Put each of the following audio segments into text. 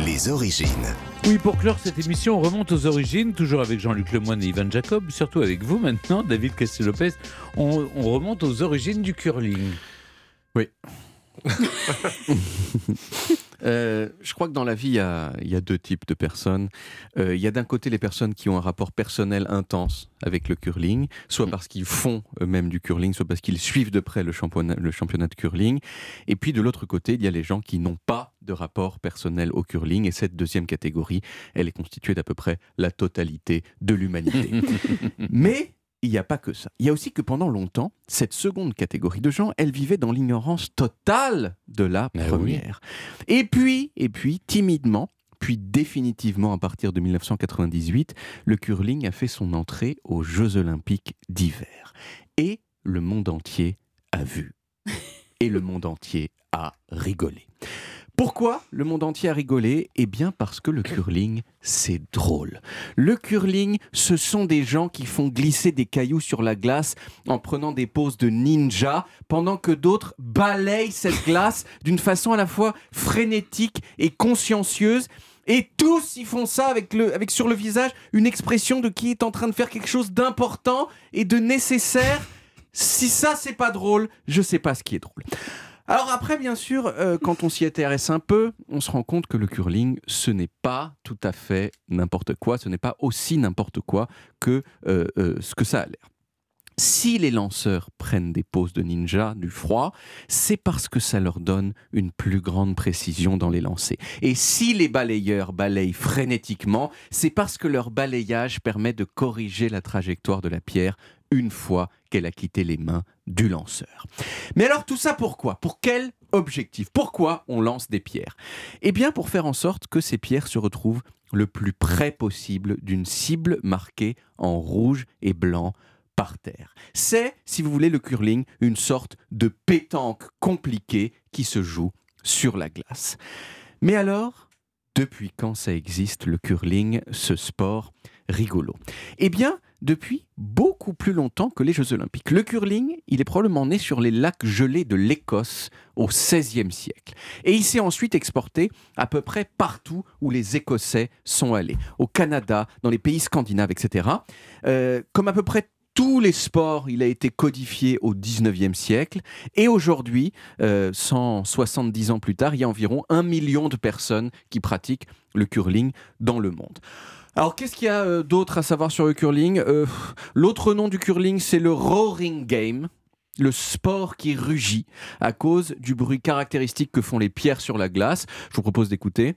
Les origines. Oui, pour clore cette émission, on remonte aux origines, toujours avec Jean-Luc Lemoyne et Ivan Jacob, surtout avec vous maintenant, David Castel-Lopez. On remonte aux origines du curling. Oui. Je crois que dans la vie, il y a deux types de personnes. Il y a d'un côté les personnes qui ont un rapport personnel intense avec le curling, soit parce qu'ils font eux-mêmes du curling, soit parce qu'ils suivent de près le championnat de curling. Et puis de l'autre côté, il y a les gens qui n'ont pas de rapport personnel au curling. Et cette deuxième catégorie, elle est constituée d'à peu près la totalité de l'humanité. Mais il n'y a pas que ça. Il y a aussi que pendant longtemps, cette seconde catégorie de gens, elle vivait dans l'ignorance totale de la première. Oui. Et puis, timidement, puis définitivement à partir de 1998, le curling a fait son entrée aux Jeux Olympiques d'hiver. Et le monde entier a vu. Et le monde entier a rigolé. Pourquoi le monde entier a rigolé ? Eh bien parce que le curling, c'est drôle. Le curling, ce sont des gens qui font glisser des cailloux sur la glace en prenant des poses de ninja, pendant que d'autres balayent cette glace d'une façon à la fois frénétique et consciencieuse. Et tous, ils font ça avec sur le visage une expression de qui est en train de faire quelque chose d'important et de nécessaire. Si ça, c'est pas drôle, je sais pas ce qui est drôle. Alors après, bien sûr, quand on s'y intéresse un peu, on se rend compte que le curling, ce n'est pas tout à fait n'importe quoi, ce n'est pas aussi n'importe quoi que ce que ça a l'air. Si les lanceurs prennent des poses de ninja du froid, c'est parce que ça leur donne une plus grande précision dans les lancers. Et si les balayeurs balayent frénétiquement, c'est parce que leur balayage permet de corriger la trajectoire de la pierre une fois qu'elle a quitté les mains du lanceur. Mais alors tout ça pourquoi ? Pour quel objectif ? Pourquoi on lance des pierres ? Eh bien pour faire en sorte que ces pierres se retrouvent le plus près possible d'une cible marquée en rouge et blanc par terre. C'est, si vous voulez, le curling, une sorte de pétanque compliquée qui se joue sur la glace. Mais alors, depuis quand ça existe le curling, ce sport rigolo ? Eh bien, depuis beaucoup plus longtemps que les Jeux Olympiques. Le curling, il est probablement né sur les lacs gelés de l'Écosse au XVIe siècle. Et il s'est ensuite exporté à peu près partout où les Écossais sont allés. Au Canada, dans les pays scandinaves, etc. Comme à peu près tous les sports, il a été codifié au XIXe siècle. Et aujourd'hui, 170 ans plus tard, il y a environ 1 million de personnes qui pratiquent le curling dans le monde. Alors, qu'est-ce qu'il y a d'autre à savoir sur le curling ? L'autre nom du curling, c'est le roaring game, le sport qui rugit à cause du bruit caractéristique que font les pierres sur la glace. Je vous propose d'écouter.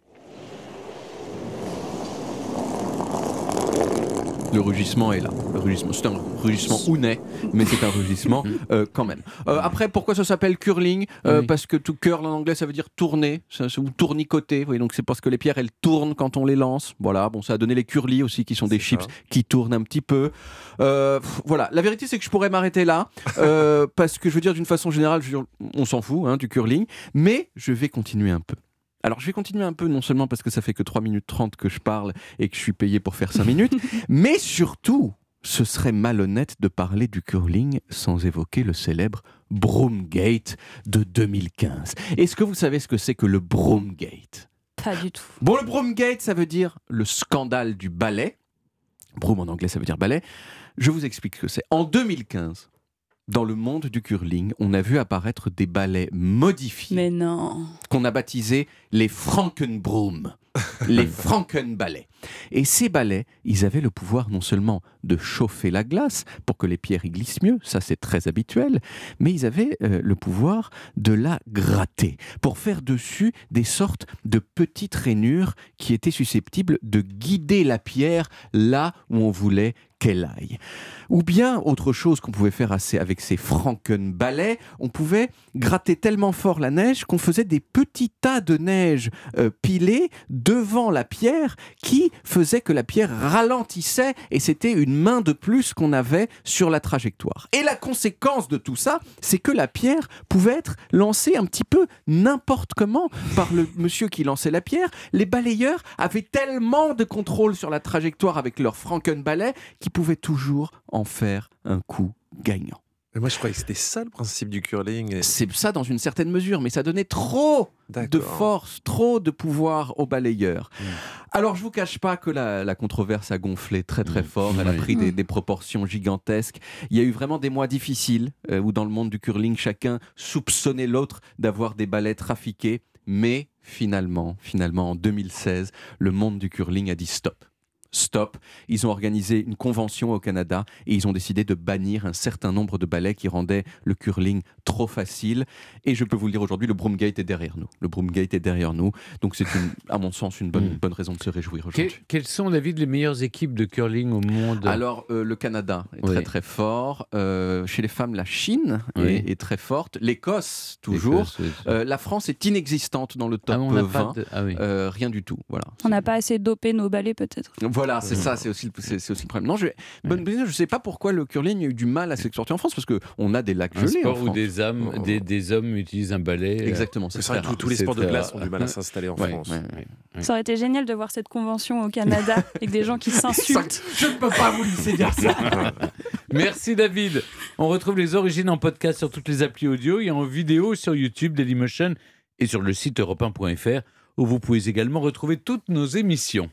Le rugissement est là. C'est un rugissement hounet, mais c'est un rugissement quand même. Après, pourquoi ça s'appelle curling ? Parce que tout curl en anglais, ça veut dire tourner, ou tournicoter. Oui, donc c'est parce que les pierres, elles tournent quand on les lance. Voilà, bon, ça a donné les curly aussi, qui sont des chips qui tournent un petit peu. Voilà, la vérité, c'est que je pourrais m'arrêter là, parce que je veux dire, d'une façon générale, on s'en fout du curling, mais je vais continuer un peu. Alors, je vais continuer un peu, non seulement parce que ça fait que 3 minutes 30 que je parle et que je suis payé pour faire 5 minutes, mais surtout, ce serait malhonnête de parler du curling sans évoquer le célèbre Broomgate de 2015. Est-ce que vous savez ce que c'est que le Broomgate ? Pas du tout. Bon, le Broomgate, ça veut dire le scandale du balai. Broom en anglais, ça veut dire balai. Je vous explique ce que c'est. En 2015, dans le monde du curling, on a vu apparaître des balais modifiés. Mais non. Qu'on a baptisés les Frankenbroom, les Frankenbalais. Et ces balais, ils avaient le pouvoir non seulement de chauffer la glace pour que les pierres y glissent mieux, ça c'est très habituel, mais ils avaient le pouvoir de la gratter pour faire dessus des sortes de petites rainures qui étaient susceptibles de guider la pierre là où on voulait qu'elle aille. Ou bien, autre chose qu'on pouvait faire avec ces Frankenbalais, on pouvait gratter tellement fort la neige qu'on faisait des petits tas de neige pilés devant la pierre qui faisait que la pierre ralentissait et c'était une main de plus qu'on avait sur la trajectoire. Et la conséquence de tout ça, c'est que la pierre pouvait être lancée un petit peu n'importe comment par le monsieur qui lançait la pierre. Les balayeurs avaient tellement de contrôle sur la trajectoire avec leur Frankenbalais qu'ils pouvaient toujours en faire un coup gagnant. Mais moi, je croyais que c'était ça le principe du curling. C'est ça dans une certaine mesure, mais ça donnait trop de force, trop de pouvoir aux balayeurs. Alors, je vous cache pas que la controverse a gonflé très très fort, elle a pris des proportions gigantesques. Il y a eu vraiment des mois difficiles où dans le monde du curling, chacun soupçonnait l'autre d'avoir des balais trafiqués, mais finalement, en 2016, le monde du curling a dit stop. Stop. Ils ont organisé une convention au Canada et ils ont décidé de bannir un certain nombre de balais qui rendaient le curling trop facile. Et je peux vous le dire aujourd'hui, le Broomgate est derrière nous. Le Broomgate est derrière nous. Donc c'est, à mon sens, une bonne raison de se réjouir aujourd'hui. Quelles sont, David, les meilleures équipes de curling au monde ? Alors, le Canada est très très fort. Chez les femmes, la Chine est très forte. L'Écosse, toujours. La France est inexistante dans le top 20. Rien du tout. Voilà. On n'a pas assez dopé nos balais, peut-être. Voilà, c'est ça, c'est aussi le problème. Non, je ne sais pas pourquoi le curling a eu du mal à s'exporter en France, parce qu'on a a des lacs gelés. Un sport où des hommes utilisent un balai. Exactement, c'est vrai que tous les sports de glace ont du mal à s'installer en France. Ça aurait été génial de voir cette convention au Canada avec des gens qui s'insultent. Je ne peux pas vous laisser dire ça. Merci David. On retrouve les origines en podcast sur toutes les applis audio et en vidéo sur YouTube, Dailymotion et sur le site europe1.fr où vous pouvez également retrouver toutes nos émissions.